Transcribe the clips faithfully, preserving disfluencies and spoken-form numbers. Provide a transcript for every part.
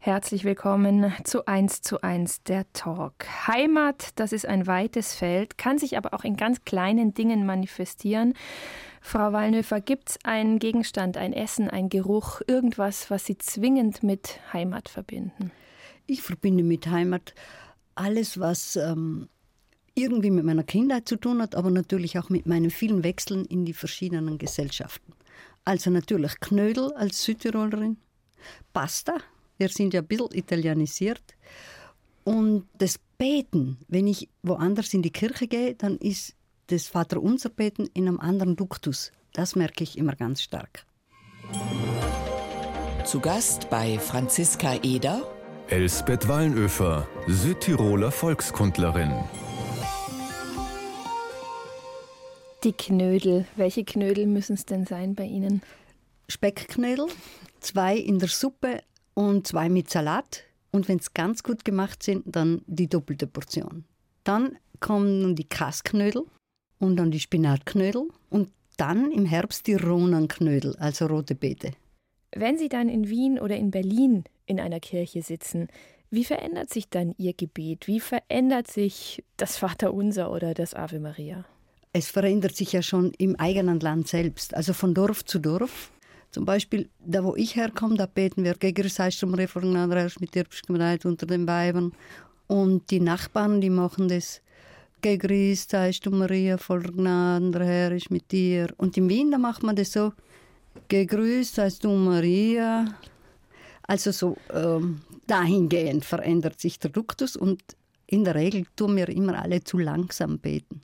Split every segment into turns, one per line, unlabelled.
Herzlich willkommen zu eins zu eins, der Talk. Heimat, das ist ein weites Feld, kann sich aber auch in ganz kleinen Dingen manifestieren. Frau Wallnöfer, gibt es einen Gegenstand, ein Essen, ein Geruch, irgendwas, was Sie zwingend mit Heimat verbinden?
Ich verbinde mit Heimat alles, was ähm, irgendwie mit meiner Kindheit zu tun hat, aber natürlich auch mit meinen vielen Wechseln in die verschiedenen Gesellschaften. Also natürlich Knödel als Südtirolerin, Pasta. Wir sind ja ein bisschen italienisiert. Und das Beten, wenn ich woanders in die Kirche gehe, dann ist das Vaterunser-Beten in einem anderen Duktus. Das merke ich immer ganz stark.
Zu Gast bei Franziska Eder
Elsbeth Wallnöfer, Südtiroler Volkskundlerin.
Die Knödel. Welche Knödel müssen es denn sein bei Ihnen?
Speckknödel, zwei in der Suppe und zwei mit Salat. Und wenn es ganz gut gemacht sind, dann die doppelte Portion. Dann kommen die Kassknödel und dann die Spinatknödel und dann im Herbst die Ronanknödel, also rote Beete.
Wenn Sie dann in Wien oder in Berlin in einer Kirche sitzen, wie verändert sich dann Ihr Gebet? Wie verändert sich das Vaterunser oder das Ave Maria?
Es verändert sich ja schon im eigenen Land selbst, also von Dorf zu Dorf. Zum Beispiel, da wo ich herkomme, da beten wir «Gegrüßt seist du, Maria, mit dir Gemeinschaft unter den Weibern». Und die Nachbarn, die machen das «Gegrüßt seist du, Maria, voller Gnaden, der Herr ist mit dir». Und in Wien, da macht man das so «Gegrüßt seist du, Maria». Also so ähm, dahingehend verändert sich der Duktus und in der Regel tun wir immer alle zu langsam beten.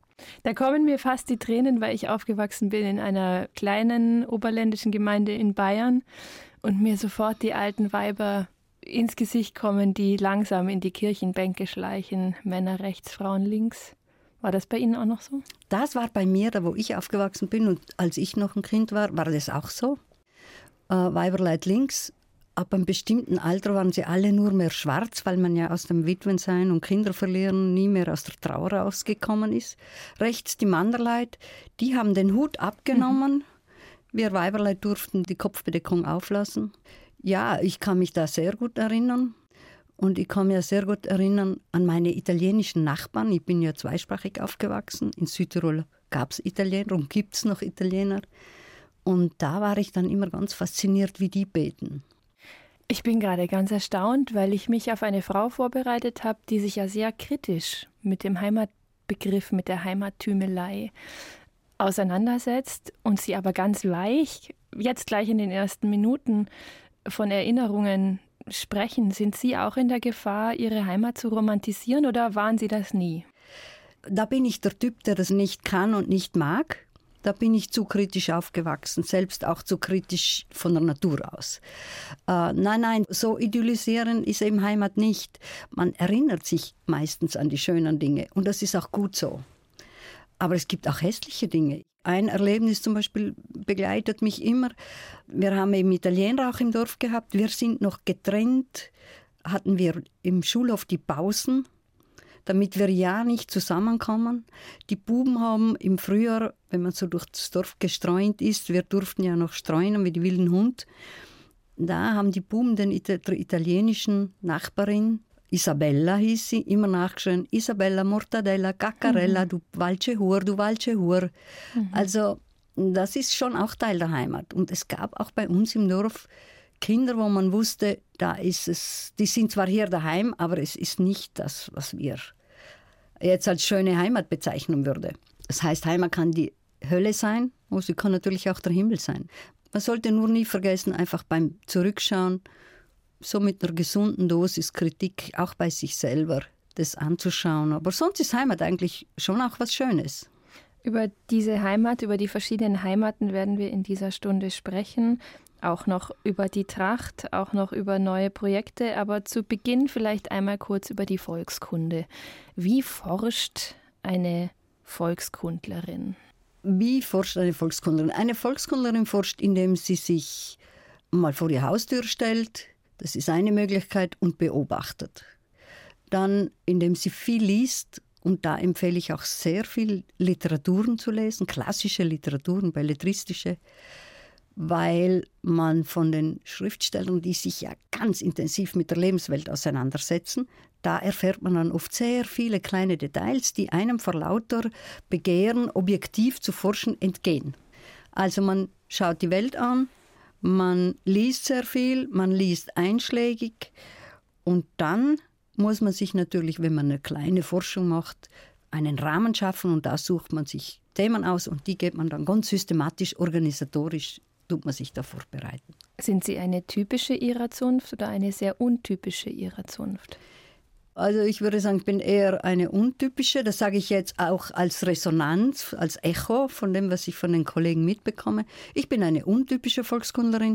Da kommen mir fast die Tränen, weil ich aufgewachsen bin in einer kleinen oberländischen Gemeinde in Bayern und mir sofort die alten Weiber ins Gesicht kommen, die langsam in die Kirchenbänke schleichen, Männer rechts, Frauen links. War das bei Ihnen auch noch so?
Das war bei mir, da wo ich aufgewachsen bin und als ich noch ein Kind war, war das auch so. Äh, Weiberleid links. Ab einem bestimmten Alter waren sie alle nur mehr schwarz, weil man ja aus dem Witwensein und Kinder verlieren nie mehr aus der Trauer rausgekommen ist. Rechts die Manderleid, die haben den Hut abgenommen. Mhm. Wir Weiberleid durften die Kopfbedeckung auflassen. Ja, ich kann mich da sehr gut erinnern. Und ich kann mich sehr gut erinnern an meine italienischen Nachbarn. Ich bin ja zweisprachig aufgewachsen. In Südtirol gab es Italiener und gibt es noch Italiener. Und da war ich dann immer ganz fasziniert, wie die beten.
Ich bin gerade ganz erstaunt, weil ich mich auf eine Frau vorbereitet habe, die sich ja sehr kritisch mit dem Heimatbegriff, mit der Heimattümelei auseinandersetzt und sie aber ganz weich, jetzt gleich in den ersten Minuten, von Erinnerungen sprechen. Sind Sie auch in der Gefahr, Ihre Heimat zu romantisieren oder waren Sie das nie?
Da bin ich der Typ, der das nicht kann und nicht mag. Da bin ich zu kritisch aufgewachsen, selbst auch zu kritisch von der Natur aus. Äh, nein, nein, so idyllisieren ist eben Heimat nicht. Man erinnert sich meistens an die schönen Dinge und das ist auch gut so. Aber es gibt auch hässliche Dinge. Ein Erlebnis zum Beispiel begleitet mich immer. Wir haben eben Italiener auch im Dorf gehabt. Wir sind noch getrennt, hatten wir im Schulhof die Pausen, damit wir ja nicht zusammenkommen. Die Buben haben im Frühjahr, wenn man so durch das Dorf gestreunt ist, wir durften ja noch streunen wie die wilden Hund, da haben die Buben den, der italienischen Nachbarin, Isabella hieß sie, immer nachgeschrien, Isabella, Mortadella, Caccarella, mhm. du walche Hur, du walche Hur. Mhm. Also das ist schon auch Teil der Heimat. Und es gab auch bei uns im Dorf Kinder, wo man wusste, da ist es, die sind zwar hier daheim, aber es ist nicht das, was wir jetzt als schöne Heimat bezeichnen würden. Das heißt, Heimat kann die Hölle sein, aber sie kann natürlich auch der Himmel sein. Man sollte nur nie vergessen, einfach beim Zurückschauen, so mit einer gesunden Dosis Kritik, auch bei sich selber, das anzuschauen. Aber sonst ist Heimat eigentlich schon auch was Schönes.
Über diese Heimat, über die verschiedenen Heimaten werden wir in dieser Stunde sprechen. Auch noch über die Tracht, auch noch über neue Projekte. Aber zu Beginn vielleicht einmal kurz über die Volkskunde. Wie forscht eine Volkskundlerin?
Wie forscht eine Volkskundlerin? Eine Volkskundlerin forscht, indem sie sich mal vor die Haustür stellt, das ist eine Möglichkeit, und beobachtet. Dann, indem sie viel liest, und da empfehle ich auch sehr viel Literaturen zu lesen, klassische Literaturen, belletristische. weil man von den Schriftstellern, die sich ja ganz intensiv mit der Lebenswelt auseinandersetzen, da erfährt man dann oft sehr viele kleine Details, die einem vor lauter Begehren, objektiv zu forschen, entgehen. Also man schaut die Welt an, man liest sehr viel, man liest einschlägig und dann muss man sich natürlich, wenn man eine kleine Forschung macht, einen Rahmen schaffen und da sucht man sich Themen aus und die geht man dann ganz systematisch, organisatorisch, tut man sich da vorbereiten.
Sind Sie eine typische Ihrer Zunft oder eine sehr untypische Ihrer Zunft?
Also ich würde sagen, ich bin eher eine untypische. Das sage ich jetzt auch als Resonanz, als Echo von dem, was ich von den Kollegen mitbekomme. Ich bin eine untypische Volkskundlerin,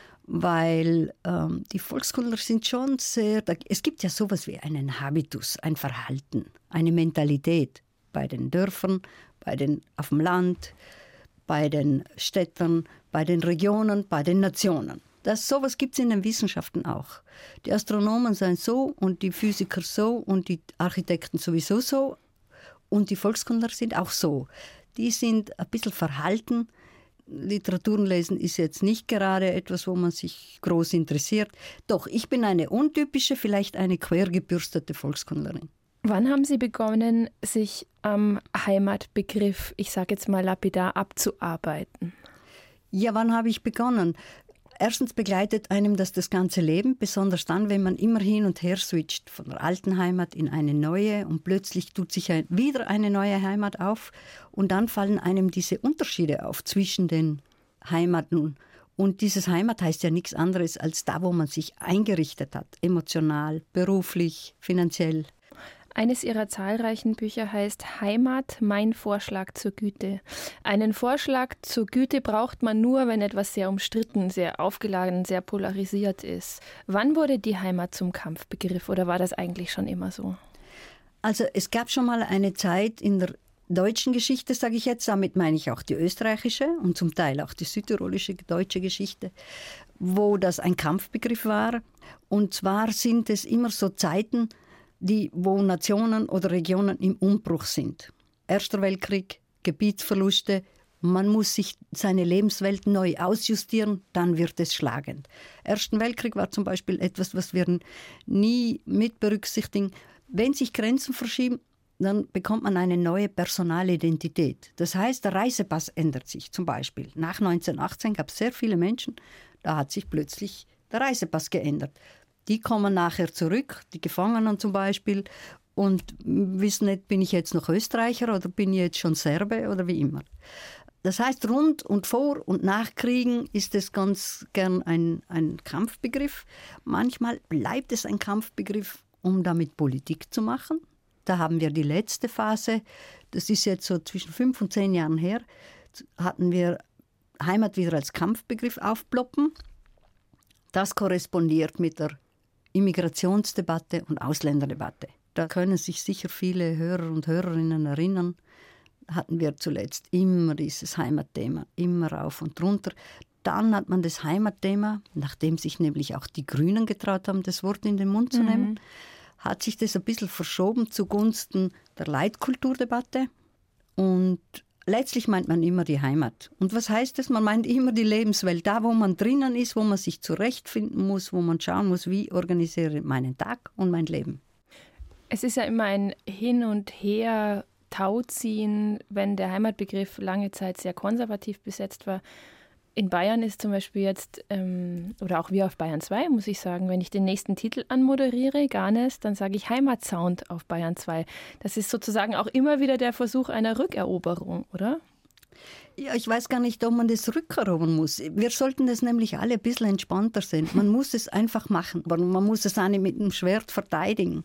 weil ähm, die Volkskundler sind schon sehr... Es gibt ja sowas wie einen Habitus, ein Verhalten, eine Mentalität bei den Dörfern, bei den, auf dem Land, bei den Städtern, bei den Regionen, bei den Nationen. Das, sowas gibt es in den Wissenschaften auch. Die Astronomen sind so und die Physiker so und die Architekten sowieso so und die Volkskundler sind auch so. Die sind ein bisschen verhalten. Literaturen lesen ist jetzt nicht gerade etwas, wo man sich groß interessiert. Doch, ich bin eine untypische, vielleicht eine quergebürstete Volkskundlerin.
Wann haben Sie begonnen, sich am Heimatbegriff, ich sage jetzt mal lapidar, abzuarbeiten?
Ja, wann habe ich begonnen? Erstens begleitet einem das das ganze Leben, besonders dann, wenn man immer hin und her switcht, von der alten Heimat in eine neue und plötzlich tut sich wieder eine neue Heimat auf und dann fallen einem diese Unterschiede auf zwischen den Heimaten. Und dieses Heimat heißt ja nichts anderes als da, wo man sich eingerichtet hat, emotional, beruflich, finanziell.
Eines Ihrer zahlreichen Bücher heißt Heimat, mein Vorschlag zur Güte. Einen Vorschlag zur Güte braucht man nur, wenn etwas sehr umstritten, sehr aufgeladen, sehr polarisiert ist. Wann wurde die Heimat zum Kampfbegriff oder war das eigentlich schon immer so?
Also es gab schon mal eine Zeit in der deutschen Geschichte, sage ich jetzt, damit meine ich auch die österreichische und zum Teil auch die südtirolische deutsche Geschichte, wo das ein Kampfbegriff war. Und zwar sind es immer so Zeiten, die, wo Nationen oder Regionen im Umbruch sind. Erster Weltkrieg, Gebietsverluste, man muss sich seine Lebenswelt neu ausjustieren, dann wird es schlagend. Ersten Weltkrieg war zum Beispiel etwas, was wir nie mit berücksichtigen. Wenn sich Grenzen verschieben, dann bekommt man eine neue Personalidentität. Das heißt, der Reisepass ändert sich zum Beispiel. Nach neunzehnhundertachtzehn gab es sehr viele Menschen, da hat sich plötzlich der Reisepass geändert. Die kommen nachher zurück, die Gefangenen zum Beispiel, und wissen nicht, bin ich jetzt noch Österreicher oder bin ich jetzt schon Serbe oder wie immer. Das heißt, rund und vor und nach Kriegen ist es ganz gern ein, ein Kampfbegriff. Manchmal bleibt es ein Kampfbegriff, um damit Politik zu machen. Da haben wir die letzte Phase, das ist jetzt so zwischen fünf und zehn Jahren her, hatten wir Heimat wieder als Kampfbegriff aufploppen. Das korrespondiert mit der Immigrationsdebatte und Ausländerdebatte. Da können sich sicher viele Hörer und Hörerinnen erinnern, hatten wir zuletzt immer dieses Heimatthema, immer rauf und runter. Dann hat man das Heimatthema, nachdem sich nämlich auch die Grünen getraut haben, das Wort in den Mund zu nehmen, mhm. hat sich das ein bisschen verschoben zugunsten der Leitkulturdebatte. Und letztlich meint man immer die Heimat. Und was heißt das? Man meint immer die Lebenswelt, da wo man drinnen ist, wo man sich zurechtfinden muss, wo man schauen muss, wie organisiere ich meinen Tag und mein Leben.
Es ist ja immer ein Hin und Her, Tauziehen, wenn der Heimatbegriff lange Zeit sehr konservativ besetzt war. In Bayern ist zum Beispiel jetzt, ähm, oder auch wir auf Bayern zwei, muss ich sagen, wenn ich den nächsten Titel anmoderiere, Garnes, dann sage ich Heimatsound auf Bayern zwei. Das ist sozusagen auch immer wieder der Versuch einer Rückeroberung, oder?
Ja, ich weiß gar nicht, ob man das rückerobern muss. Wir sollten das nämlich alle ein bisschen entspannter sehen. Man muss es einfach machen, aber man muss es auch nicht mit dem Schwert verteidigen.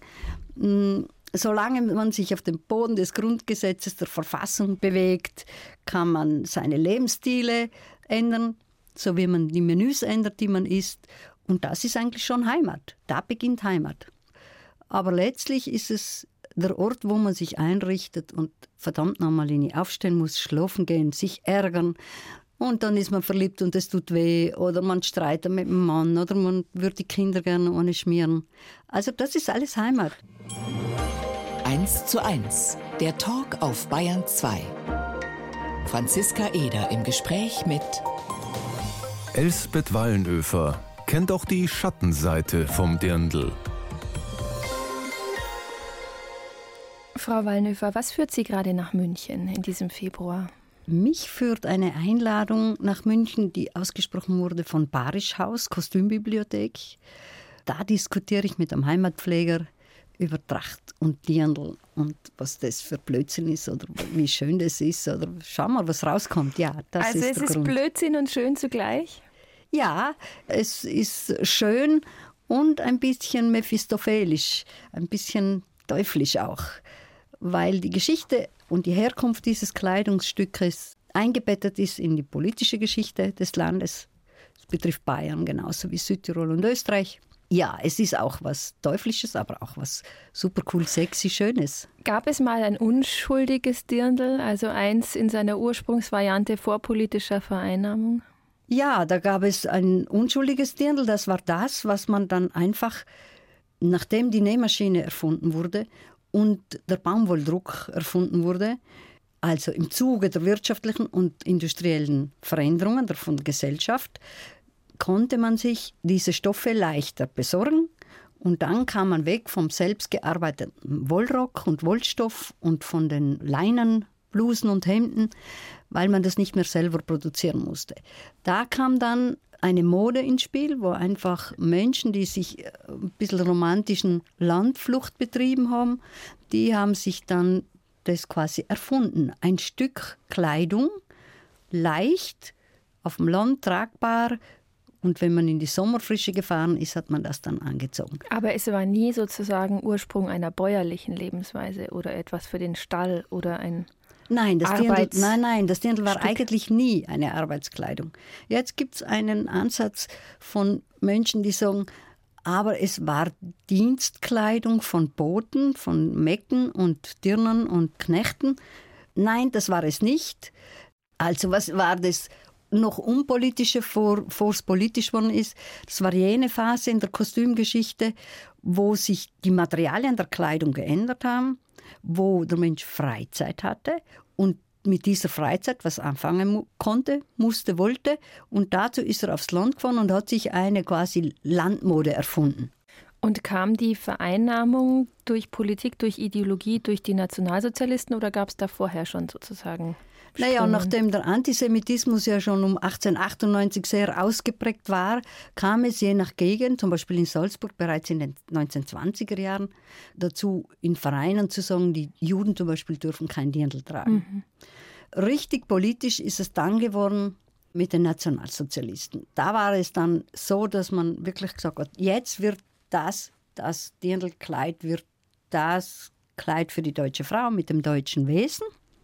Solange man sich auf dem Boden des Grundgesetzes der Verfassung bewegt, kann man seine Lebensstile ändern, so wie man die Menüs ändert, die man isst. Und das ist eigentlich schon Heimat. Da beginnt Heimat. Aber letztlich ist es der Ort, wo man sich einrichtet und verdammt nochmal aufstehen muss, schlafen gehen, sich ärgern. Und dann ist man verliebt und es tut weh. Oder man streitet mit dem Mann oder man würde die Kinder gerne ohne schmieren. Also das ist alles Heimat.
Eins zu eins, der Talk auf Bayern zwei. Franziska Eder im Gespräch mit
Elsbeth Wallenöfer kennt auch die Schattenseite vom Dirndl.
Frau Wallenöfer, was führt Sie gerade nach München in diesem Februar?
Mich führt eine Einladung nach München, die ausgesprochen wurde von Barischhaus, Kostümbibliothek. Da diskutiere ich mit einem Heimatpfleger über Tracht und Dirndl und was das für Blödsinn ist oder wie schön das ist. Oder schau mal, was rauskommt. Ja, das
also
ist
es
der
ist
Grund.
Blödsinn und schön zugleich?
Ja, es ist schön und ein bisschen mephistophelisch, ein bisschen teuflisch auch, weil die Geschichte und die Herkunft dieses Kleidungsstückes eingebettet ist in die politische Geschichte des Landes. Es betrifft Bayern genauso wie Südtirol und Österreich. Ja, es ist auch was Teuflisches, aber auch was super cool, sexy, Schönes.
Gab es mal ein unschuldiges Dirndl, also eins in seiner Ursprungsvariante vor politischer Vereinnahmung?
Ja, da gab es ein unschuldiges Dirndl. Das war das, was man dann einfach, nachdem die Nähmaschine erfunden wurde und der Baumwolldruck erfunden wurde, also im Zuge der wirtschaftlichen und industriellen Veränderungen der von der Gesellschaft, konnte man sich diese Stoffe leichter besorgen und dann kam man weg vom selbstgearbeiteten Wollrock und Wollstoff und von den Leinenblusen und Hemden, weil man das nicht mehr selber produzieren musste. Da kam dann eine Mode ins Spiel, wo einfach Menschen, die sich ein bisschen romantischen Landflucht betrieben haben, die haben sich dann das quasi erfunden. Ein Stück Kleidung, leicht, auf dem Land tragbar, und wenn man in die Sommerfrische gefahren ist, hat man das dann angezogen.
Aber es war nie sozusagen Ursprung einer bäuerlichen Lebensweise oder etwas für den Stall oder ein
Nein, das Dirndl,
Arbeits-
nein, nein, das Dirndl war
Stück.
eigentlich nie eine Arbeitskleidung. Jetzt gibt es einen Ansatz von Menschen, die sagen, aber es war Dienstkleidung von Boten, von Mecken und Dirnern und Knechten. Nein, das war es nicht. Also was war das noch unpolitische, vor es politisch worden ist? Das war jene Phase in der Kostümgeschichte, wo sich die Materialien der Kleidung geändert haben, wo der Mensch Freizeit hatte und mit dieser Freizeit was anfangen mu- konnte, musste, wollte. Und dazu ist er aufs Land gefahren und hat sich eine quasi Landmode erfunden.
Und kam die Vereinnahmung durch Politik, durch Ideologie, durch die Nationalsozialisten oder gab es da vorher schon sozusagen
Naja, und
Strömungen?
nachdem der Antisemitismus ja schon um achtzehnhundertachtundneunzig sehr ausgeprägt war, kam es je nach Gegend, zum Beispiel in Salzburg bereits in den neunzehnhundertzwanziger Jahren, dazu, in Vereinen zu sagen, die Juden zum Beispiel dürfen kein Dirndl tragen. Mhm. Richtig politisch ist es dann geworden mit den Nationalsozialisten. Da war es dann so, dass man wirklich gesagt hat, jetzt wird das, das Dirndlkleid wird das Kleid für die deutsche Frau mit dem deutschen Wesen.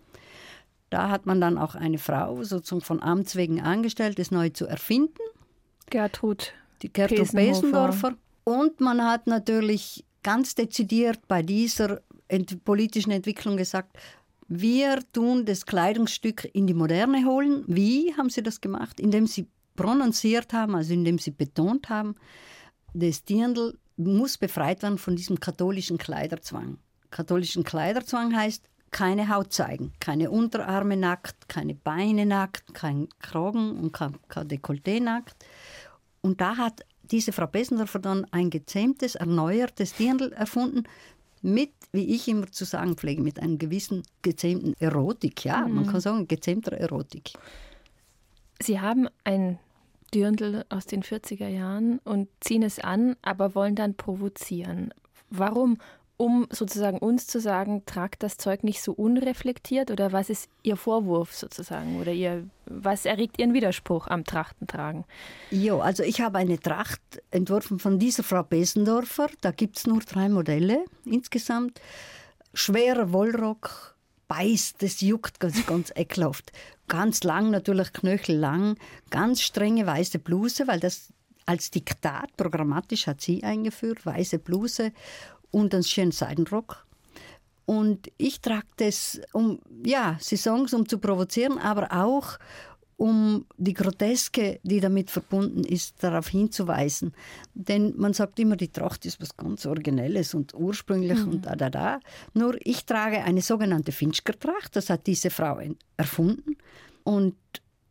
Da hat man dann auch eine Frau sozusagen von Amts wegen angestellt, das neu zu erfinden.
Gertrud,
die Gertrud
Pesendorfer.
Pesendorfer. Und man hat natürlich ganz dezidiert bei dieser ent- politischen Entwicklung gesagt, wir tun das Kleidungsstück in die Moderne holen. Wie haben sie das gemacht? Indem sie prononciert haben, also indem sie betont haben, das Dirndl muss befreit werden von diesem katholischen Kleiderzwang. Katholischen Kleiderzwang heißt, keine Haut zeigen, keine Unterarme nackt, keine Beine nackt, kein Kragen und kein, kein Dekolleté nackt. Und da hat diese Frau Pesendorfer dann ein gezähmtes, erneuertes Dirndl erfunden, mit, wie ich immer zu sagen pflege, mit einem gewissen gezähmten Erotik. Ja, mhm. Man kann sagen, gezähmter Erotik.
Sie haben ein Dirndl aus den vierziger Jahren und ziehen es an, aber wollen dann provozieren. Warum? Um sozusagen uns zu sagen, tragt das Zeug nicht so unreflektiert, oder was ist Ihr Vorwurf sozusagen, oder Ihr, was erregt Ihren Widerspruch am Trachtentragen?
Ja, also ich habe eine Tracht entworfen von dieser Frau Pesendorfer. Da gibt es nur drei Modelle insgesamt. Schwerer Wollrock, beißt, das juckt ganz, ganz ekelhaft. Ganz lang, natürlich knöchellang, ganz strenge weiße Bluse, weil das als Diktat programmatisch hat sie eingeführt, weiße Bluse und einen schönen Seidenrock. Und ich trage das, um, ja, Sie sagen es, um zu provozieren, aber auch um die Groteske, die damit verbunden ist, darauf hinzuweisen. Denn man sagt immer, die Tracht ist was ganz Originelles und ursprünglich mhm. und da, da, da. Nur ich trage eine sogenannte Finchker-Tracht, das hat diese Frau erfunden. Und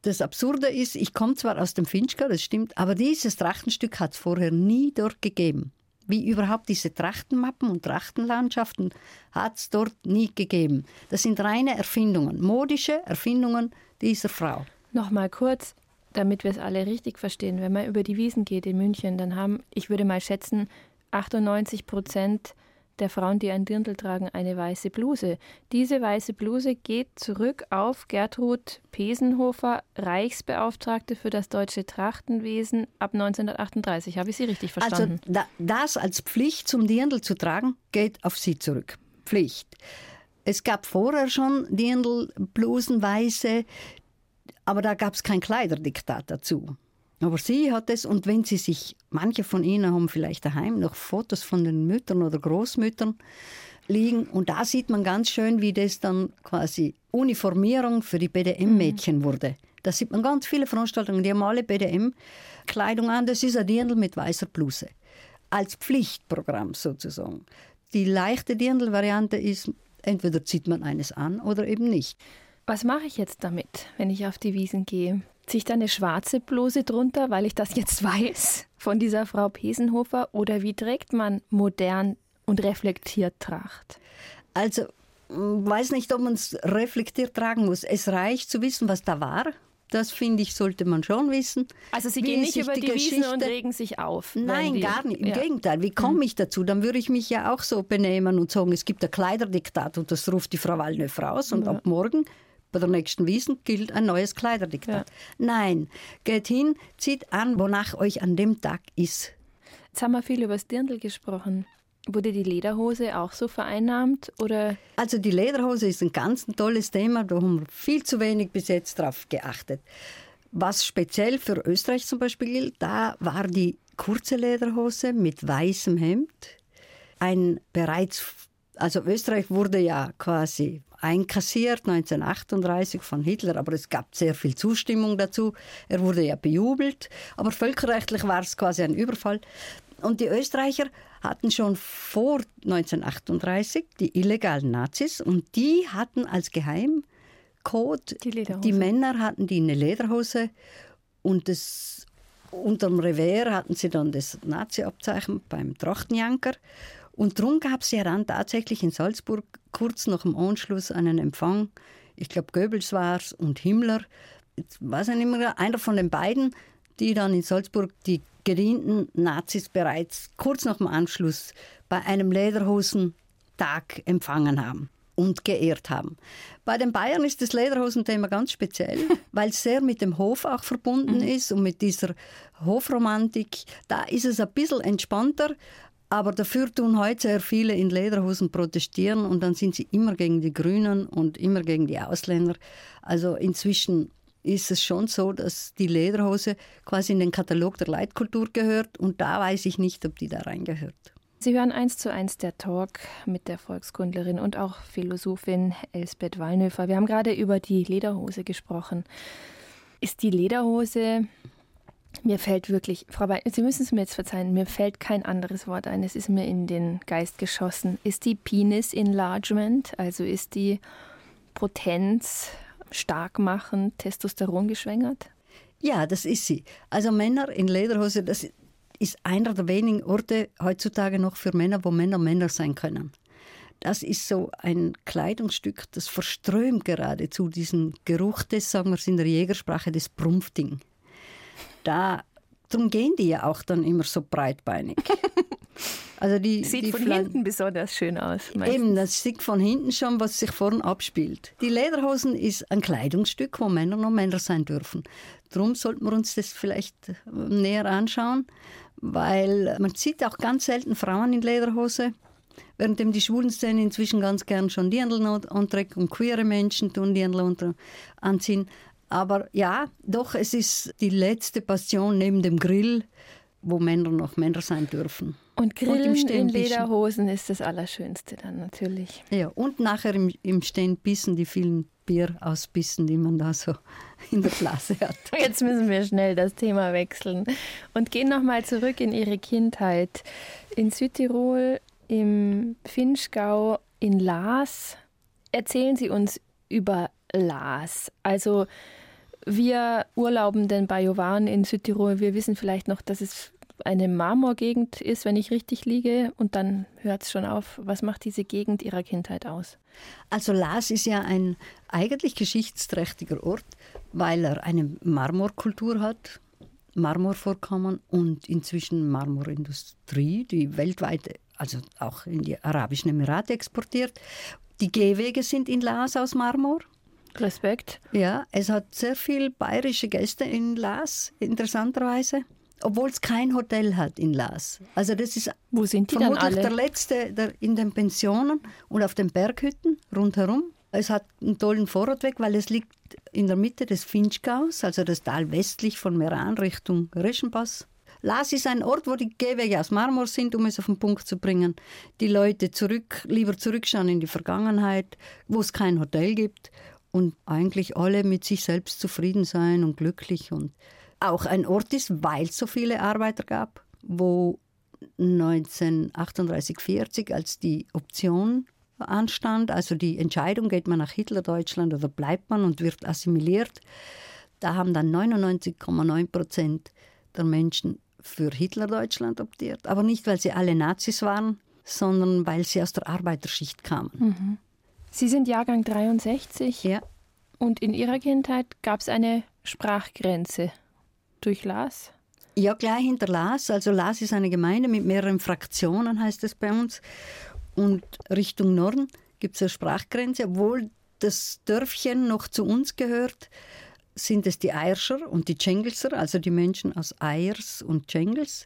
Das Absurde ist, ich komme zwar aus dem Finchgau, das stimmt, aber dieses Trachtenstück hat es vorher nie dort gegeben. Wie überhaupt diese Trachtenmappen und Trachtenlandschaften hat es dort nie gegeben. Das sind reine Erfindungen, modische Erfindungen dieser Frau.
Nochmal kurz, damit wir es alle richtig verstehen. Wenn man über die Wiesen geht in München, dann haben, ich würde mal schätzen, achtundneunzig Prozent der Frauen, die ein Dirndl tragen, eine weiße Bluse. Diese weiße Bluse geht zurück auf Gertrud Pesenhofer, Reichsbeauftragte für das deutsche Trachtenwesen ab neunzehnhundertachtunddreißig. Habe ich Sie richtig verstanden?
Also da, das als Pflicht zum Dirndl zu tragen, geht auf sie zurück. Pflicht. Es gab vorher schon Dirndl-Blusen, weiße, aber da gab es kein Kleiderdiktat dazu. Aber sie hat es, und wenn sie sich, manche von Ihnen haben vielleicht daheim noch Fotos von den Müttern oder Großmüttern liegen, und da sieht man ganz schön, wie das dann quasi Uniformierung für die B D M-Mädchen mhm. wurde. Da sieht man ganz viele Veranstaltungen, die haben alle B D M-Kleidung an, das ist ein Dirndl mit weißer Bluse. Als Pflichtprogramm sozusagen. Die leichte Dirndl-Variante ist, entweder zieht man eines an oder eben nicht.
Was mache ich jetzt damit, wenn ich auf die Wiesen gehe? Ziehe ich da eine schwarze Bluse drunter, weil ich das jetzt weiß von dieser Frau Pesenhofer? Oder wie trägt man modern und reflektiert Tracht?
Also, ich weiß nicht, ob man es reflektiert tragen muss. Es reicht zu wissen, was da war. Das, finde ich, sollte man schon wissen.
Also Sie gehen nicht über die, die Wiesen und regen sich auf?
Nein,
die,
gar nicht. Im
ja.
Gegenteil. Wie komme ich dazu? Dann würde ich mich ja auch so benehmen und sagen, es gibt ein Kleiderdiktat und das ruft die Frau Wallnöff raus und
ja.
ab morgen bei der nächsten Wiesen gilt ein neues Kleiderdiktat. Ja. Nein, geht hin, zieht an, wonach euch an dem Tag ist.
Jetzt haben wir viel über das Dirndl gesprochen. Wurde die Lederhose auch so vereinnahmt? Oder?
Also die Lederhose ist ein ganz tolles Thema, da haben wir viel zu wenig bis jetzt drauf geachtet. Was speziell für Österreich zum Beispiel gilt, da war die kurze Lederhose mit weißem Hemd. Ein bereits, also Österreich wurde ja quasi einkassiert neunzehnhundertachtunddreißig von Hitler, aber es gab sehr viel Zustimmung dazu. Er wurde ja bejubelt, aber völkerrechtlich war es quasi ein Überfall. Und die Österreicher hatten schon vor neunzehnhundertachtunddreißig die illegalen Nazis und die hatten als Geheimcode,
die,
die Männer hatten die eine Lederhose und das, unterm Revers hatten sie dann das Nazi-Abzeichen beim Trachtenjanker. Und darum gab es ja dann tatsächlich in Salzburg kurz nach dem Anschluss einen Empfang. Ich glaube, Goebbels war es und Himmler. Jetzt weiß ich nicht mehr, einer von den beiden, die dann in Salzburg die gedienten Nazis bereits kurz nach dem Anschluss bei einem Lederhosentag empfangen haben und geehrt haben. Bei den Bayern ist das Lederhosenthema ganz speziell, weil es sehr mit dem Hof auch verbunden mhm. ist und mit dieser Hofromantik. Da ist es ein bisschen entspannter. Aber dafür tun heute sehr viele in Lederhosen protestieren und dann sind sie immer gegen die Grünen und immer gegen die Ausländer. Also inzwischen ist es schon so, dass die Lederhose quasi in den Katalog der Leitkultur gehört und da weiß ich nicht, ob die da reingehört.
Sie hören eins zu eins der Talk mit der Volkskundlerin und auch Philosophin Elsbeth Wallnöfer. Wir haben gerade über die Lederhose gesprochen. Ist die Lederhose... Mir fällt wirklich, Frau Wein, Sie müssen es mir jetzt verzeihen, mir fällt kein anderes Wort ein, es ist mir in den Geist geschossen. Ist die Penis Enlargement, also ist die Potenz stark machen, Testosteron geschwängert?
Ja, das ist sie. Also Männer in Lederhose, das ist einer der wenigen Orte heutzutage noch für Männer, wo Männer Männer sein können. Das ist so ein Kleidungsstück, das verströmt geradezu diesen Geruch des, sagen wir es in der Jägersprache, des Prumpfding. Da, darum gehen die ja auch dann immer so breitbeinig. Also die,
sieht
die
von
Flan-
hinten besonders schön aus. Meistens.
Eben, das sieht von hinten schon, was sich vorn abspielt. Die Lederhosen ist ein Kleidungsstück, wo Männer noch Männer sein dürfen. Darum sollten wir uns das vielleicht näher anschauen, weil man sieht auch ganz selten Frauen in Lederhose, währenddem die Schwulenszene inzwischen ganz gern schon Dirndl anträgt und queere Menschen tun Dirndl anziehen. Aber ja, doch, es ist die letzte Passion neben dem Grill, wo Männer noch Männer sein dürfen.
Und Grillen und in Lederhosen ist das Allerschönste dann natürlich.
Ja, und nachher im, im Stehen bissen, die vielen Bierausbissen, die man da so in der Blase hat.
Jetzt müssen wir schnell das Thema wechseln und gehen nochmal zurück in Ihre Kindheit. In Südtirol, im Finchgau, in Laas. Erzählen Sie uns über Laas. Also Wir Urlaubenden bei Jovaren in Südtirol, wir wissen vielleicht noch, dass es eine Marmorgegend ist, wenn ich richtig liege. Und dann hört es schon auf. Was macht diese Gegend Ihrer Kindheit aus?
Also Laas ist ja ein eigentlich geschichtsträchtiger Ort, weil er eine Marmorkultur hat, Marmorvorkommen und inzwischen Marmorindustrie, die weltweit, also auch in die Arabischen Emirate exportiert. Die Gehwege sind in Laas aus Marmor.
Respekt.
Ja, es hat sehr viele bayerische Gäste in Laas, interessanterweise. Obwohl es kein Hotel hat in Laas. Also das ist
Wo sind die
vermutlich
dann alle?
der letzte der in den Pensionen und auf den Berghütten rundherum. Es hat einen tollen Vorratweg, weil es liegt in der Mitte des Finchgaus, also das Tal westlich von Meran Richtung Reschenpass. Laas ist ein Ort, wo die Gehwege aus Marmor sind, um es auf den Punkt zu bringen. Die Leute zurück, lieber zurückschauen in die Vergangenheit, wo es kein Hotel gibt und eigentlich alle mit sich selbst zufrieden sein und glücklich. Und auch ein Ort ist, weil es so viele Arbeiter gab, wo neunzehnhundertachtunddreißig vierzig, als die Option anstand, also die Entscheidung, geht man nach Hitlerdeutschland oder bleibt man und wird assimiliert, da haben dann neunundneunzig Komma neun Prozent der Menschen für Hitlerdeutschland optiert. Aber nicht, weil sie alle Nazis waren, sondern weil sie aus der Arbeiterschicht kamen.
Mhm. Sie sind Jahrgang dreiundsechzig.
Ja.
Und in Ihrer Kindheit gab es eine Sprachgrenze durch Laas?
Ja, gleich hinter Laas. Also Laas ist eine Gemeinde mit mehreren Fraktionen, heißt es bei uns. Und Richtung Norden gibt es eine Sprachgrenze. Obwohl das Dörfchen noch zu uns gehört, sind es die Eierscher und die Tschengelser, also die Menschen aus Eiers und Tschengels.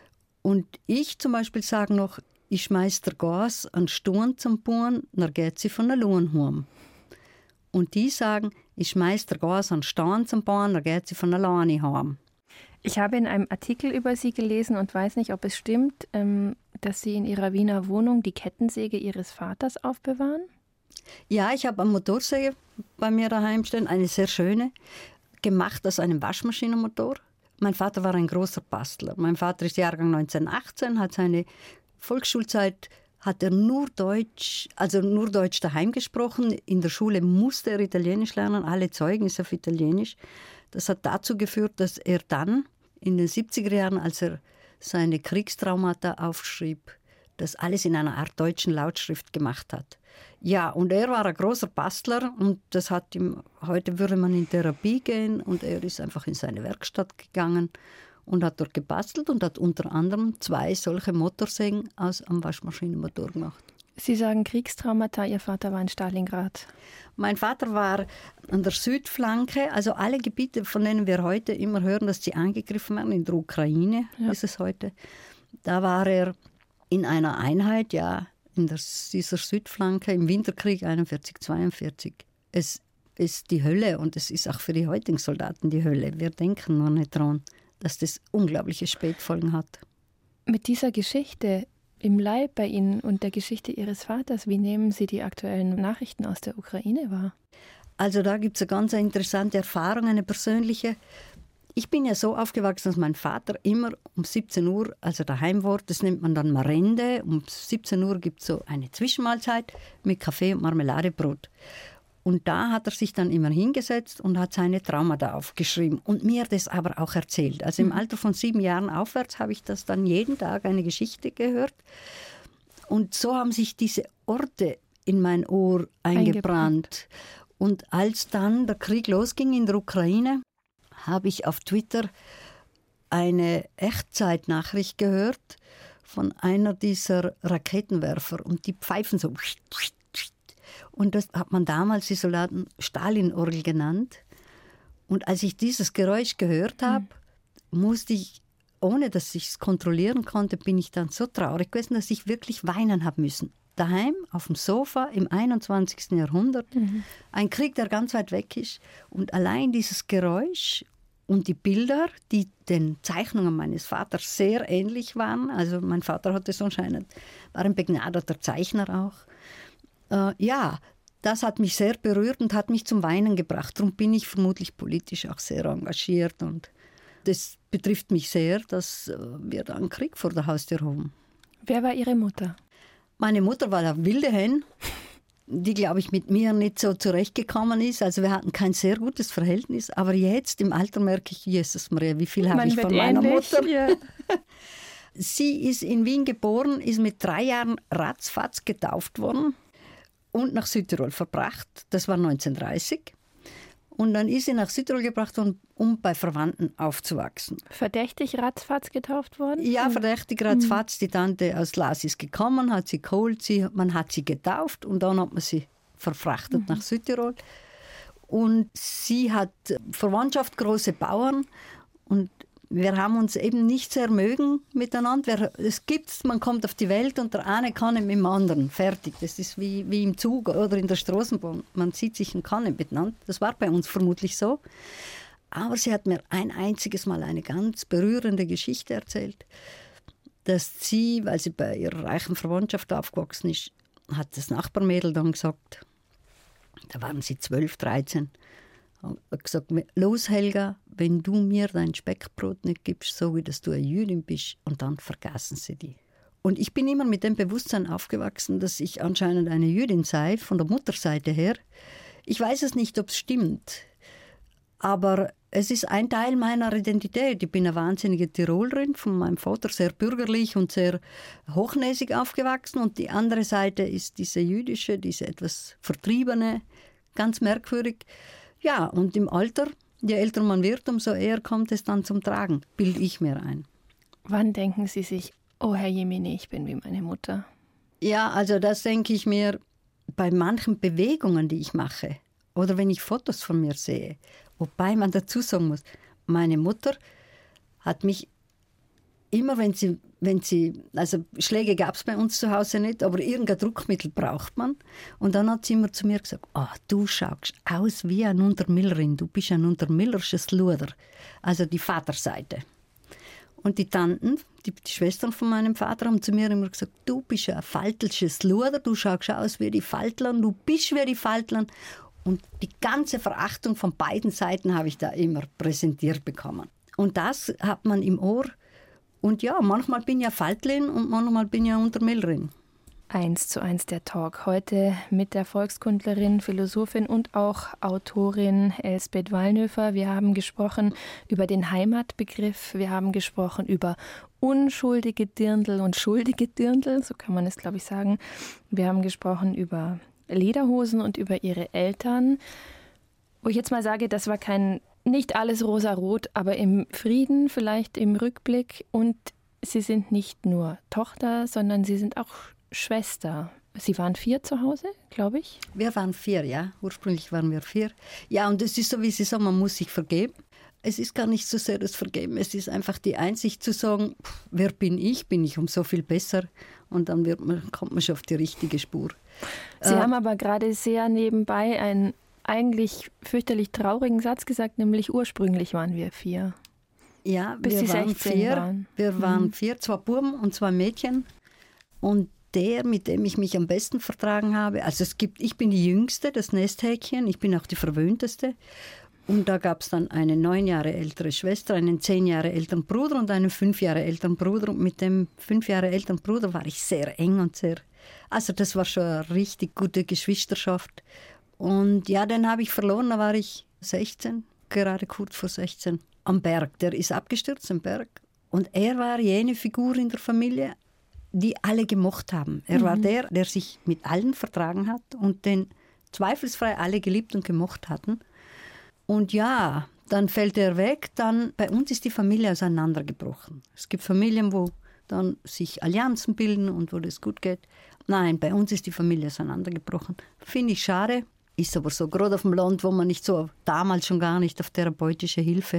Und ich zum Beispiel sage noch, ich schmeiß der Gas an Stuhn zum Buhren, dann geht sie von der Luhn heim. Und die sagen, ich schmeiß der Gas an Stein zum Buhren, dann geht sie von der Lani heim.
Ich habe in einem Artikel über Sie gelesen und weiß nicht, ob es stimmt, dass Sie in Ihrer Wiener Wohnung die Kettensäge Ihres Vaters aufbewahren?
Ja, ich habe eine Motorsäge bei mir daheim stehen, eine sehr schöne, gemacht aus einem Waschmaschinenmotor. Mein Vater war ein großer Bastler. Mein Vater ist Jahrgang neunzehnhundertachtzehn, hat seine Volksschulzeit hat er nur Deutsch, also nur Deutsch daheim gesprochen. In der Schule musste er Italienisch lernen, alle Zeugnisse auf Italienisch. Das hat dazu geführt, dass er dann in den siebziger Jahren, als er seine Kriegstraumata aufschrieb, das alles in einer Art deutschen Lautschrift gemacht hat. Ja, und er war ein großer Bastler und das hat ihm, heute würde man in Therapie gehen und er ist einfach in seine Werkstatt gegangen und hat dort gebastelt und hat unter anderem zwei solche Motorsägen aus einem Waschmaschinenmotor gemacht.
Sie sagen Kriegstraumata, Ihr Vater war in Stalingrad.
Mein Vater war an der Südflanke, also alle Gebiete, von denen wir heute immer hören, dass sie angegriffen werden, in der Ukraine ja. ist es heute. Da war er in einer Einheit, ja, in der, dieser Südflanke im Winterkrieg einundvierzig zweiundvierzig. Es ist die Hölle und es ist auch für die heutigen Soldaten die Hölle. Wir denken nur nicht daran, dass das unglaubliche Spätfolgen hat.
Mit dieser Geschichte im Leib bei Ihnen und der Geschichte Ihres Vaters, wie nehmen Sie die aktuellen Nachrichten aus der Ukraine wahr?
Also da gibt es eine ganz interessante Erfahrung, eine persönliche. Ich bin ja so aufgewachsen, dass mein Vater immer um siebzehn Uhr, also daheim war, das nennt man dann Marende, um siebzehn Uhr gibt es so eine Zwischenmahlzeit mit Kaffee und Marmeladebrot. Und da hat er sich dann immer hingesetzt und hat seine Traumata aufgeschrieben und mir das aber auch erzählt. Also im Alter von sieben Jahren aufwärts habe ich das dann jeden Tag eine Geschichte gehört. Und so haben sich diese Orte in mein Ohr eingebrannt. Und als dann der Krieg losging in der Ukraine, habe ich auf Twitter eine Echtzeitnachricht gehört von einer dieser Raketenwerfer. Und die pfeifen so. Und das hat man damals die Soldaten Stalin-Orgel genannt. Und als ich dieses Geräusch gehört habe, mhm. musste ich, ohne dass ich es kontrollieren konnte, bin ich dann so traurig gewesen, dass ich wirklich weinen habe müssen. Daheim, auf dem Sofa, im einundzwanzigsten Jahrhundert. Mhm. Ein Krieg, der ganz weit weg ist. Und allein dieses Geräusch und die Bilder, die den Zeichnungen meines Vaters sehr ähnlich waren. Also mein Vater hatte so anscheinend, war ein begnadeter Zeichner auch. Äh, ja, das hat mich sehr berührt und hat mich zum Weinen gebracht. Darum bin ich vermutlich politisch auch sehr engagiert. Und das betrifft mich sehr, dass wir da einen Krieg vor der Haustür haben.
Wer war Ihre Mutter?
Meine Mutter war eine wilde Hen. die, glaube ich, mit mir nicht so zurechtgekommen ist. Also wir hatten kein sehr gutes Verhältnis. Aber jetzt im Alter merke ich, Jesus Maria, wie viel habe ich von meiner ähnlich, Mutter. Ja. Sie ist in Wien geboren, ist mit drei Jahren ratzfatz getauft worden und nach Südtirol verbracht. Das war neunzehnhundertdreißig. Und dann ist sie nach Südtirol gebracht worden, um bei Verwandten aufzuwachsen.
Verdächtig ratzfatz getauft worden?
Ja, verdächtig ratzfatz. Die Tante aus Glas ist gekommen, hat sie geholt, sie, man hat sie getauft und dann hat man sie verfrachtet mhm. nach Südtirol. Und sie hat Verwandtschaft, große Bauern und wir haben uns eben nicht sehr mögen miteinander. Es gibt's, man kommt auf die Welt und der eine kann nicht mit dem anderen. Fertig. Das ist wie, wie im Zug oder in der Straßenbahn. Man sieht sich und kann nicht miteinander. Das war bei uns vermutlich so. Aber sie hat mir ein einziges Mal eine ganz berührende Geschichte erzählt, dass sie, weil sie bei ihrer reichen Verwandtschaft aufgewachsen ist, hat das Nachbarmädel dann gesagt, da waren sie zwölf, dreizehn, hat gesagt, los Helga, wenn du mir dein Speckbrot nicht gibst, so wie dass du eine Jüdin bist, und dann vergaßen sie die. Und ich bin immer mit dem Bewusstsein aufgewachsen, dass ich anscheinend eine Jüdin sei, von der Mutterseite her. Ich weiß es nicht, ob es stimmt, aber es ist ein Teil meiner Identität. Ich bin eine wahnsinnige Tirolerin, von meinem Vater sehr bürgerlich und sehr hochnäsig aufgewachsen, und die andere Seite ist diese jüdische, diese etwas vertriebene, ganz merkwürdig. Ja, und im Alter, je älter man wird, umso eher kommt es dann zum Tragen, bilde ich mir ein.
Wann denken Sie sich, oh Herr Jemine, ich bin wie meine Mutter?
Ja, also das denke ich mir bei manchen Bewegungen, die ich mache oder wenn ich Fotos von mir sehe. Wobei man dazu sagen muss, meine Mutter hat mich immer, wenn sie, wenn sie, also Schläge gab es bei uns zu Hause nicht, aber irgendein Druckmittel braucht man. Und dann hat sie immer zu mir gesagt, oh, du schaust aus wie eine Untermillerin, du bist ein untermillersches Luder. Also die Vaterseite. Und die Tanten, die, die Schwestern von meinem Vater, haben zu mir immer gesagt, du bist ein faltelsches Luder, du schaust aus wie die Faltlern, du bist wie die Faltlern. Und die ganze Verachtung von beiden Seiten habe ich da immer präsentiert bekommen. Und das hat man im Ohr. Und ja, manchmal bin ich ja Faltlin und manchmal bin ich ja Untermillerin.
Eins zu eins der Talk. Heute mit der Volkskundlerin, Philosophin und auch Autorin Elsbeth Wallnöfer. Wir haben gesprochen über den Heimatbegriff. Wir haben gesprochen über unschuldige Dirndl und schuldige Dirndl, so kann man es, glaube ich, sagen. Wir haben gesprochen über Lederhosen und über ihre Eltern. Wo ich jetzt mal sage, das war kein, nicht alles rosarot, aber im Frieden, vielleicht im Rückblick. Und Sie sind nicht nur Tochter, sondern Sie sind auch Schwester. Sie waren vier zu Hause, glaube ich?
Wir waren vier, ja. Ursprünglich waren wir vier. Ja, und es ist so, wie Sie sagen, man muss sich vergeben. Es ist gar nicht so sehr das Vergeben. Es ist einfach die Einsicht zu sagen, wer bin ich? Bin ich um so viel besser? Und dann wird man, kommt man schon auf die richtige Spur.
Sie äh, haben aber gerade sehr nebenbei einen eigentlich fürchterlich traurigen Satz gesagt, nämlich ursprünglich waren wir vier.
Ja,
bis
wir
Sie
waren
sechzehn
vier.
waren.
Wir waren
mhm.
vier, zwei Buben und zwei Mädchen. Und der, mit dem ich mich am besten vertragen habe, also es gibt, ich bin die Jüngste, das Nesthäkchen, ich bin auch die Verwöhnteste. Und da gab es dann eine neun Jahre ältere Schwester, einen zehn Jahre älteren Bruder und einen fünf Jahre älteren Bruder. Und mit dem fünf Jahre älteren Bruder war ich sehr eng und sehr, also das war schon eine richtig gute Geschwisterschaft. Und ja, den habe ich verloren, da war ich sechzehn, gerade kurz vor sechzehn, am Berg. Der ist abgestürzt am Berg. Und er war jene Figur in der Familie, die alle gemocht haben. Er mhm. war der, der sich mit allen vertragen hat und den zweifelsfrei alle geliebt und gemocht hatten. Und ja, dann fällt er weg, dann bei uns ist die Familie auseinandergebrochen. Es gibt Familien, wo dann sich Allianzen bilden und wo das gut geht. Nein, bei uns ist die Familie auseinandergebrochen. Finde ich schade, ist aber so, gerade auf dem Land, wo man nicht so, damals schon gar nicht auf therapeutische Hilfe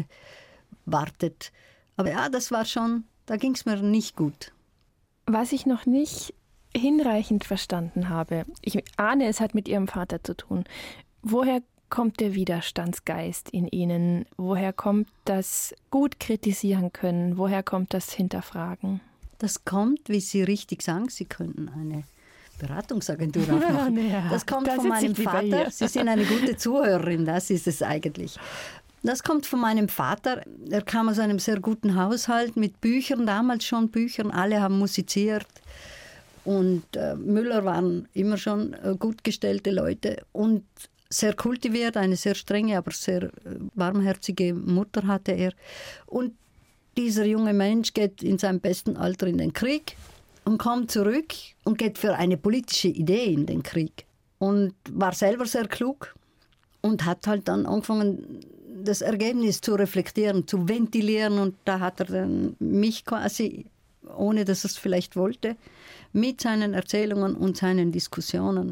wartet. Aber ja, das war schon, da ging es mir nicht gut.
Was ich noch nicht hinreichend verstanden habe, ich ahne, es hat mit Ihrem Vater zu tun. Woher kommt der Widerstandsgeist in Ihnen? Woher kommt das gut kritisieren können? Woher kommt das Hinterfragen?
Das kommt, wie Sie richtig sagen, Sie könnten eine Beratungsagentur aufmachen. Ja, das kommt das von meinem Vater. Sie sind eine gute Zuhörerin, das ist es eigentlich. Das kommt von meinem Vater. Er kam aus einem sehr guten Haushalt mit Büchern, damals schon Büchern. Alle haben musiziert. und äh, Müller waren immer schon äh, gut gestellte Leute und sehr kultiviert, eine sehr strenge, aber sehr äh, warmherzige Mutter hatte er. Und dieser junge Mensch geht in seinem besten Alter in den Krieg und kommt zurück und geht für eine politische Idee in den Krieg. Und war selber sehr klug und hat halt dann angefangen, das Ergebnis zu reflektieren, zu ventilieren. Und da hat er dann mich quasi, ohne dass er es vielleicht wollte, mit seinen Erzählungen und seinen Diskussionen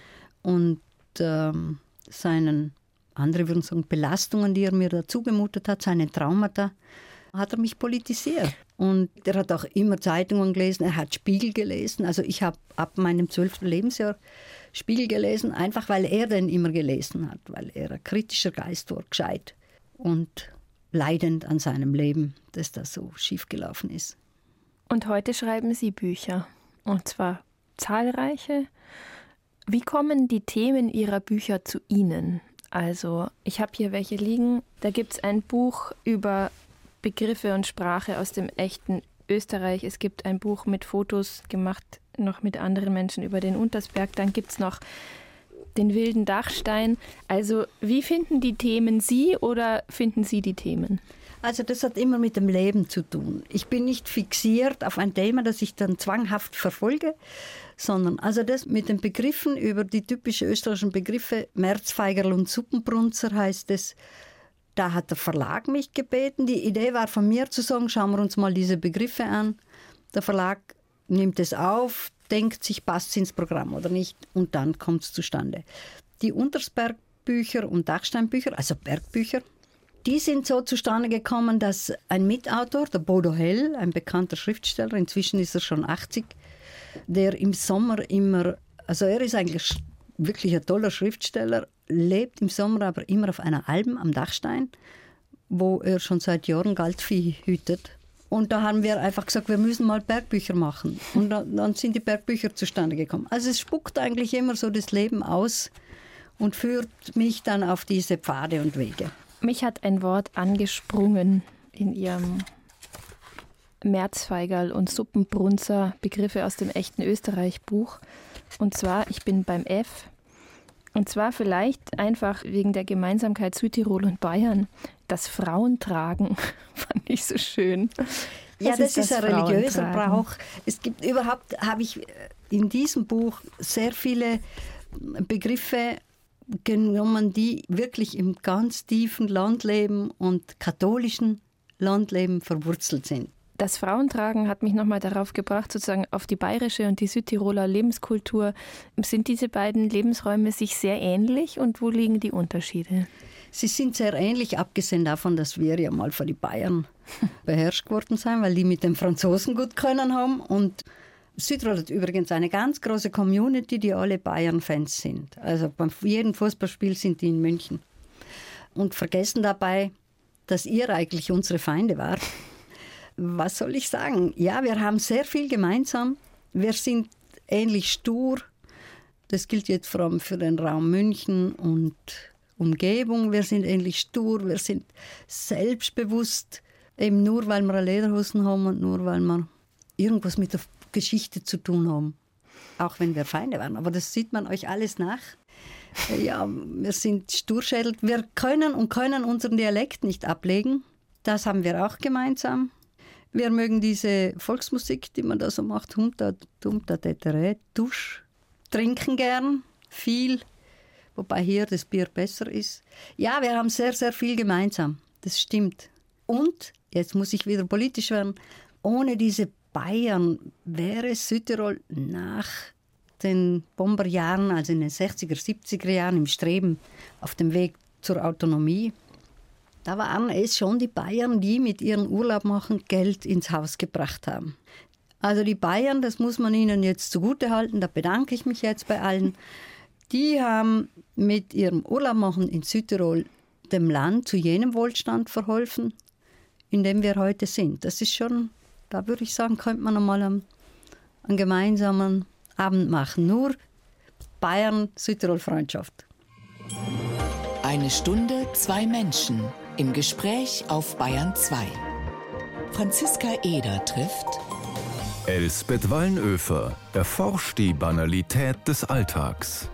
und ähm, seinen, andere würden sagen, Belastungen, die er mir dazu gemutet hat, seine Traumata, hat er mich politisiert. Und er hat auch immer Zeitungen gelesen, er hat Spiegel gelesen. Also ich habe ab meinem zwölften Lebensjahr Spiegel gelesen, einfach weil er den immer gelesen hat, weil er ein kritischer Geist war, gescheit und leidend an seinem Leben, dass das so schiefgelaufen ist.
Und heute schreiben Sie Bücher, und zwar zahlreiche. Wie kommen die Themen Ihrer Bücher zu Ihnen? Also ich habe hier welche liegen, da gibt es ein Buch über Begriffe und Sprache aus dem echten Österreich. Es gibt ein Buch mit Fotos gemacht, noch mit anderen Menschen über den Untersberg. Dann gibt es noch den wilden Dachstein. Also wie finden die Themen Sie oder finden Sie die Themen?
Also das hat immer mit dem Leben zu tun. Ich bin nicht fixiert auf ein Thema, das ich dann zwanghaft verfolge, sondern also das mit den Begriffen über die typischen österreichischen Begriffe, Märzfeigerl und Suppenbrunzer heißt es. Da hat der Verlag mich gebeten. Die Idee war von mir zu sagen, schauen wir uns mal diese Begriffe an. Der Verlag nimmt es auf, denkt sich, passt es ins Programm oder nicht. Und dann kommt es zustande. Die Untersberg-Bücher und Dachstein-Bücher, also Bergbücher, die sind so zustande gekommen, dass ein Mitautor, der Bodo Hell, ein bekannter Schriftsteller, inzwischen ist er schon achtzig, der im Sommer immer, also er ist eigentlich wirklich ein toller Schriftsteller, lebt im Sommer aber immer auf einer Alm am Dachstein, wo er schon seit Jahren Galtvieh hütet. Und da haben wir einfach gesagt, wir müssen mal Bergbücher machen. Und dann sind die Bergbücher zustande gekommen. Also es spuckt eigentlich immer so das Leben aus und führt mich dann auf diese Pfade und Wege.
Mich hat ein Wort angesprungen in Ihrem Märzfeigerl und Suppenbrunzer Begriffe aus dem echten Österreich-Buch. Und zwar, ich bin beim F. Und zwar vielleicht einfach wegen der Gemeinsamkeit Südtirol und Bayern. Das Frauentragen fand ich so schön.
Was ja, das ist, das ist ein religiöser Brauch. Es gibt überhaupt, habe ich in diesem Buch sehr viele Begriffe genommen, die wirklich im ganz tiefen Landleben und katholischen Landleben verwurzelt sind.
Das Frauentragen hat mich nochmal darauf gebracht, sozusagen auf die bayerische und die Südtiroler Lebenskultur. Sind diese beiden Lebensräume sich sehr ähnlich und wo liegen die Unterschiede?
Sie sind sehr ähnlich, abgesehen davon, dass wir ja mal von den Bayern beherrscht worden sind, weil die mit den Franzosen gut können haben. Und Südtirol hat übrigens eine ganz große Community, die alle Bayern-Fans sind. Also bei jedem Fußballspiel sind die in München. Und vergessen dabei, dass ihr eigentlich unsere Feinde wart. Was soll ich sagen? Ja, wir haben sehr viel gemeinsam. Wir sind ähnlich stur. Das gilt jetzt vor allem für den Raum München und Umgebung. Wir sind ähnlich stur, wir sind selbstbewusst. Eben nur, weil wir eine Lederhosen haben und nur, weil wir irgendwas mit der Geschichte zu tun haben. Auch wenn wir Feinde waren. Aber das sieht man euch alles nach. Ja, wir sind Sturschädel. Wir können und können unseren Dialekt nicht ablegen. Das haben wir auch gemeinsam. Wir mögen diese Volksmusik, die man da so macht, Humta, Tumta, Tetere, Tusch, trinken gern, viel, wobei hier das Bier besser ist. Ja, wir haben sehr, sehr viel gemeinsam, das stimmt. Und, jetzt muss ich wieder politisch werden, ohne diese Bayern wäre Südtirol nach den Bomberjahren, also in den sechziger, siebziger Jahren im Streben auf dem Weg zur Autonomie, da waren es schon die Bayern, die mit ihrem Urlaub machen Geld ins Haus gebracht haben. Also die Bayern, das muss man ihnen jetzt zugutehalten, da bedanke ich mich jetzt bei allen, die haben mit ihrem Urlaub machen in Südtirol dem Land zu jenem Wohlstand verholfen, in dem wir heute sind. Das ist schon, da würde ich sagen, könnte man einmal einen, einen gemeinsamen Abend machen. Nur Bayern-Südtirol-Freundschaft.
Eine Stunde, zwei Menschen. Im Gespräch auf Bayern zwei. Franziska Eder trifft
Elsbeth Wallenöfer erforscht die Banalität des Alltags.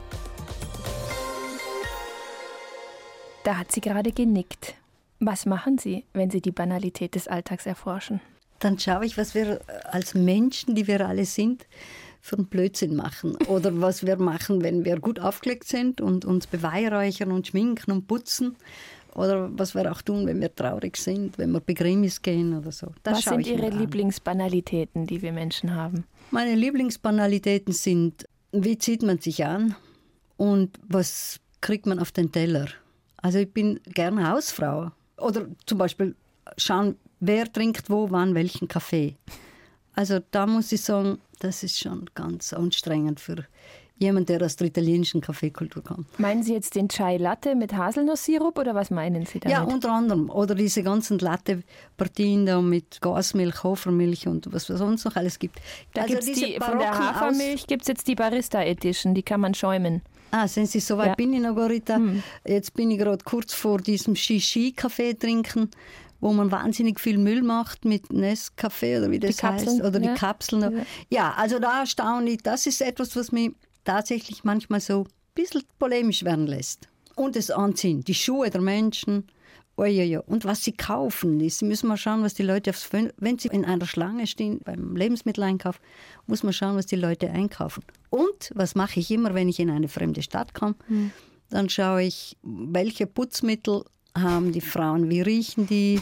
Da hat sie gerade genickt. Was machen Sie, wenn Sie die Banalität des Alltags erforschen?
Dann schaue ich, was wir als Menschen, die wir alle sind, für einen Blödsinn machen. Oder was wir machen, wenn wir gut aufgelegt sind und uns beweihräuchern und schminken und putzen. Oder was wir auch tun, wenn wir traurig sind, wenn wir Begräbnis gehen oder so. Das
was sind Ihre Lieblingsbanalitäten, die wir Menschen haben?
Meine Lieblingsbanalitäten sind, wie zieht man sich an und was kriegt man auf den Teller? Also ich bin gerne Hausfrau. Oder zum Beispiel schauen, wer trinkt wo, wann, welchen Kaffee. Also da muss ich sagen, das ist schon ganz anstrengend für jemanden, der aus der italienischen Kaffeekultur kommt.
Meinen Sie jetzt den Chai Latte mit Haselnusssirup oder was meinen Sie damit?
Ja, unter anderem. Oder diese ganzen Latte-Partien da mit Gasmilch, Hafermilch und was es sonst noch alles gibt.
Da also gibt's die, von der Hafermilch gibt es jetzt die Barista Edition, die kann man schäumen.
Ah, sehen Sie, so weit ja. bin ich noch gar nicht da. Hm. Jetzt bin ich gerade kurz vor diesem Shishi-Kaffee trinken, wo man wahnsinnig viel Müll macht mit Nescafé oder wie das
die heißt.
Oder
ja.
die Kapseln. Ja. ja, also da staune ich. Das ist etwas, was mich tatsächlich manchmal so ein bisschen polemisch werden lässt. Und das Anziehen, die Schuhe der Menschen. Oh ja, ja. Und was sie kaufen. Sie müssen mal schauen, was die Leute aufs Fön- wenn sie in einer Schlange stehen beim Lebensmitteleinkauf, muss man schauen, was die Leute einkaufen. Und was mache ich immer, wenn ich in eine fremde Stadt komme? Hm. Dann schaue ich, welche Putzmittel haben die Frauen, wie riechen die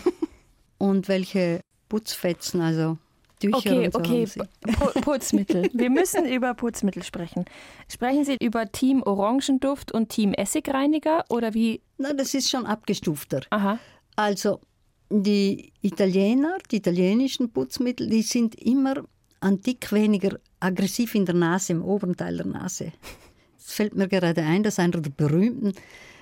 und welche Putzfetzen, also Tücher
okay,
und so
okay,
haben sie.
P- Putzmittel. Wir müssen über Putzmittel sprechen. Sprechen Sie über Team Orangenduft und Team Essigreiniger oder wie?
Na, das ist schon abgestufter.
Aha.
Also die Italiener, die italienischen Putzmittel, die sind immer ein Tick weniger aggressiv in der Nase, im oberen Teil der Nase. Es fällt mir gerade ein, dass einer der berühmten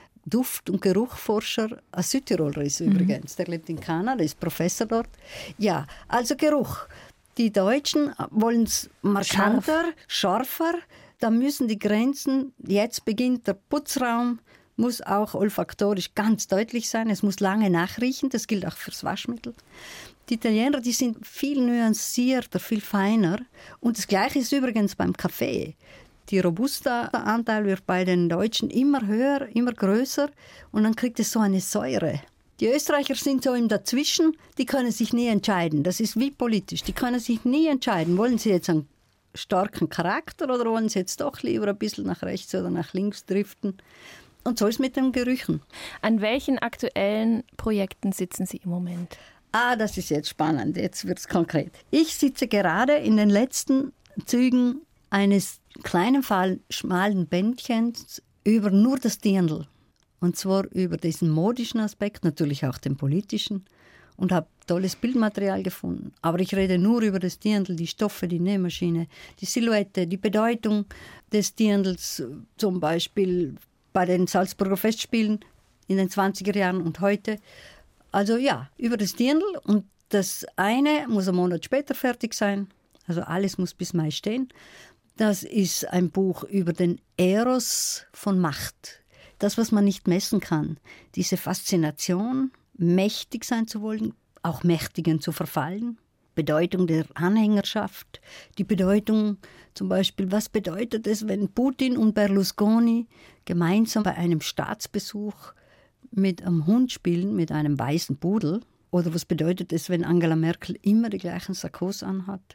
Duft- und Geruchforscher ein Südtiroler ist mhm. übrigens. Der lebt in Kanada, ist Professor dort. Ja, also Geruch. Die Deutschen wollen es markanter, Scharf. scharfer. Da müssen die Grenzen, jetzt beginnt der Putzraum, muss auch olfaktorisch ganz deutlich sein. Es muss lange nachriechen, das gilt auch fürs Waschmittel. Die Italiener, die sind viel nuancierter, viel feiner. Und das Gleiche ist übrigens beim Kaffee. Die Robusta-Anteil wird bei den Deutschen immer höher, immer größer und dann kriegt es so eine Säure. Die Österreicher sind so im Dazwischen, die können sich nie entscheiden. Das ist wie politisch, die können sich nie entscheiden. Wollen sie jetzt einen starken Charakter oder wollen sie jetzt doch lieber ein bisschen nach rechts oder nach links driften? Und so ist es mit den Gerüchen.
An welchen aktuellen Projekten sitzen Sie im Moment?
Ah, das ist jetzt spannend, jetzt wird es konkret. Ich sitze gerade in den letzten Zügen eines kleinen Fall schmalen Bändchens über nur das Dirndl. Und zwar über diesen modischen Aspekt, natürlich auch den politischen. Und habe tolles Bildmaterial gefunden. Aber ich rede nur über das Dirndl, die Stoffe, die Nähmaschine, die Silhouette, die Bedeutung des Dirndls, zum Beispiel bei den Salzburger Festspielen in den zwanziger Jahren und heute. Also ja, über das Dirndl. Und das eine muss einen Monat später fertig sein. Also alles muss bis Mai stehen. Das ist ein Buch über den Eros von Macht. Das, was man nicht messen kann. Diese Faszination, mächtig sein zu wollen, auch Mächtigen zu verfallen. Bedeutung der Anhängerschaft. Die Bedeutung zum Beispiel, was bedeutet es, wenn Putin und Berlusconi gemeinsam bei einem Staatsbesuch mit einem Hund spielen, mit einem weißen Pudel? Oder was bedeutet es, wenn Angela Merkel immer die gleichen Sakkos anhat?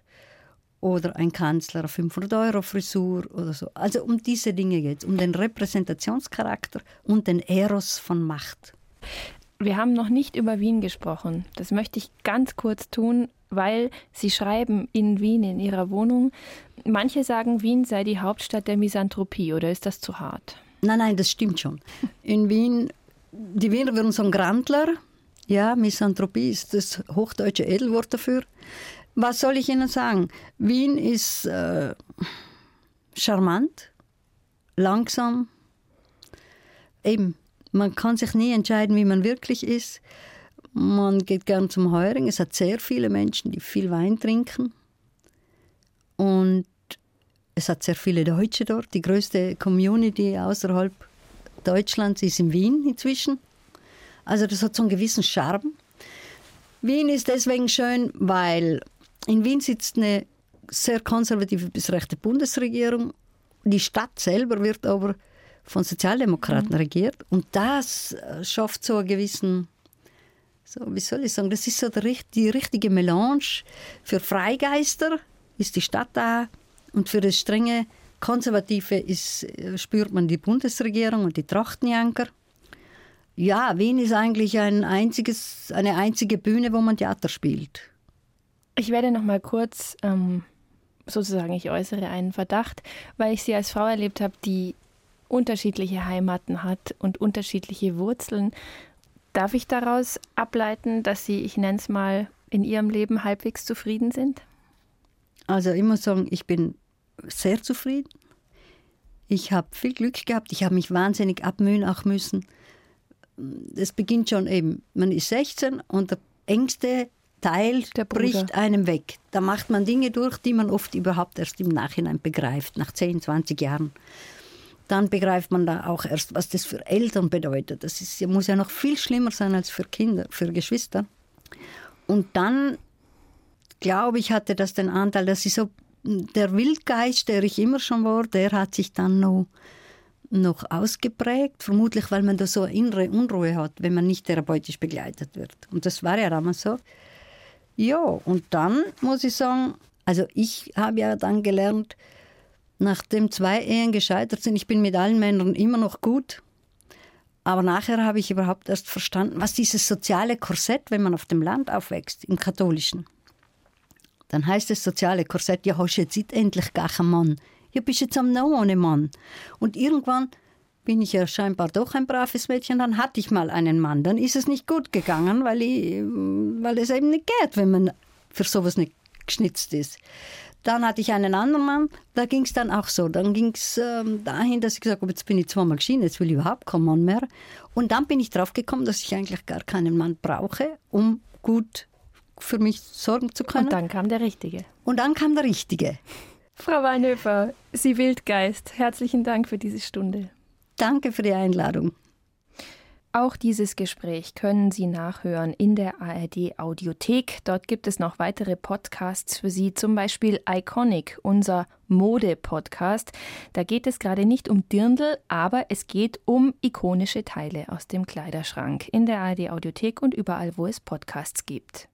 Oder ein Kanzler eine fünfhundert Euro Frisur oder so. Also um diese Dinge geht es, um den Repräsentationscharakter und den Eros von Macht.
Wir haben noch nicht über Wien gesprochen. Das möchte ich ganz kurz tun, weil Sie schreiben in Wien in Ihrer Wohnung. Manche sagen, Wien sei die Hauptstadt der Misanthropie, oder ist das zu hart?
Nein, nein, das stimmt schon. In Wien, die Wiener würden sagen Grandler. Ja, Misanthropie ist das hochdeutsche Edelwort dafür. Was soll ich Ihnen sagen? Wien ist äh, charmant, langsam. Eben, man kann sich nie entscheiden, wie man wirklich ist. Man geht gern zum Heuring. Es hat sehr viele Menschen, die viel Wein trinken. Und es hat sehr viele Deutsche dort. Die größte Community außerhalb Deutschlands ist in Wien inzwischen. Also das hat so einen gewissen Charme. Wien ist deswegen schön, weil in Wien sitzt eine sehr konservative bis rechte Bundesregierung. Die Stadt selber wird aber von Sozialdemokraten mhm. regiert. Und das schafft so einen gewissen, so, wie soll ich sagen, das ist so die, die richtige Melange. Für Freigeister ist die Stadt da und für das strenge Konservative ist, spürt man die Bundesregierung und die Trachtenjanker. Ja, Wien ist eigentlich ein einziges, eine einzige Bühne, wo man Theater spielt.
Ich werde noch mal kurz, ähm, sozusagen, ich äußere einen Verdacht, weil ich Sie als Frau erlebt habe, die unterschiedliche Heimaten hat und unterschiedliche Wurzeln. Darf ich daraus ableiten, dass Sie, ich nenne es mal, in Ihrem Leben halbwegs zufrieden sind?
Also ich muss sagen, ich bin sehr zufrieden. Ich habe viel Glück gehabt. Ich habe mich wahnsinnig abmühen auch müssen. Es beginnt schon eben, man ist sechzehn und der engste Teil bricht einem weg. Da macht man Dinge durch, die man oft überhaupt erst im Nachhinein begreift, nach zehn, zwanzig Jahren. Dann begreift man da auch erst, was das für Eltern bedeutet. Das ist, muss ja noch viel schlimmer sein als für Kinder, für Geschwister. Und dann, glaube ich, hatte das den Anteil, dass ich so, der Wildgeist, der ich immer schon war, der hat sich dann noch, noch ausgeprägt. Vermutlich, weil man da so eine innere Unruhe hat, wenn man nicht therapeutisch begleitet wird. Und das war ja damals so. Ja, und dann muss ich sagen, also ich habe ja dann gelernt, nachdem zwei Ehen gescheitert sind, ich bin mit allen Männern immer noch gut, aber nachher habe ich überhaupt erst verstanden, was dieses soziale Korsett, wenn man auf dem Land aufwächst, im Katholischen, dann heißt das soziale Korsett, ja, hast du jetzt endlich gar keinen Mann, ja, bist jetzt am noch ohne Mann. Und irgendwann bin ich ja scheinbar doch ein braves Mädchen, dann hatte ich mal einen Mann, dann ist es nicht gut gegangen, weil, ich, weil es eben nicht geht, wenn man für sowas nicht geschnitzt ist. Dann hatte ich einen anderen Mann, da ging es dann auch so. Dann ging es ähm, dahin, dass ich gesagt habe, jetzt bin ich zweimal geschieden, jetzt will ich überhaupt keinen Mann mehr. Und dann bin ich drauf gekommen, dass ich eigentlich gar keinen Mann brauche, um gut für mich sorgen zu können.
Und dann kam der Richtige.
Und dann kam der Richtige.
Frau Weinhöfer, Sie Wildgeist, herzlichen Dank für diese Stunde.
Danke für die Einladung.
Auch dieses Gespräch können Sie nachhören in der A R D-Audiothek. Dort gibt es noch weitere Podcasts für Sie, zum Beispiel Iconic, unser Mode-Podcast. Da geht es gerade nicht um Dirndl, aber es geht um ikonische Teile aus dem Kleiderschrank in der A R D-Audiothek und überall, wo es Podcasts gibt.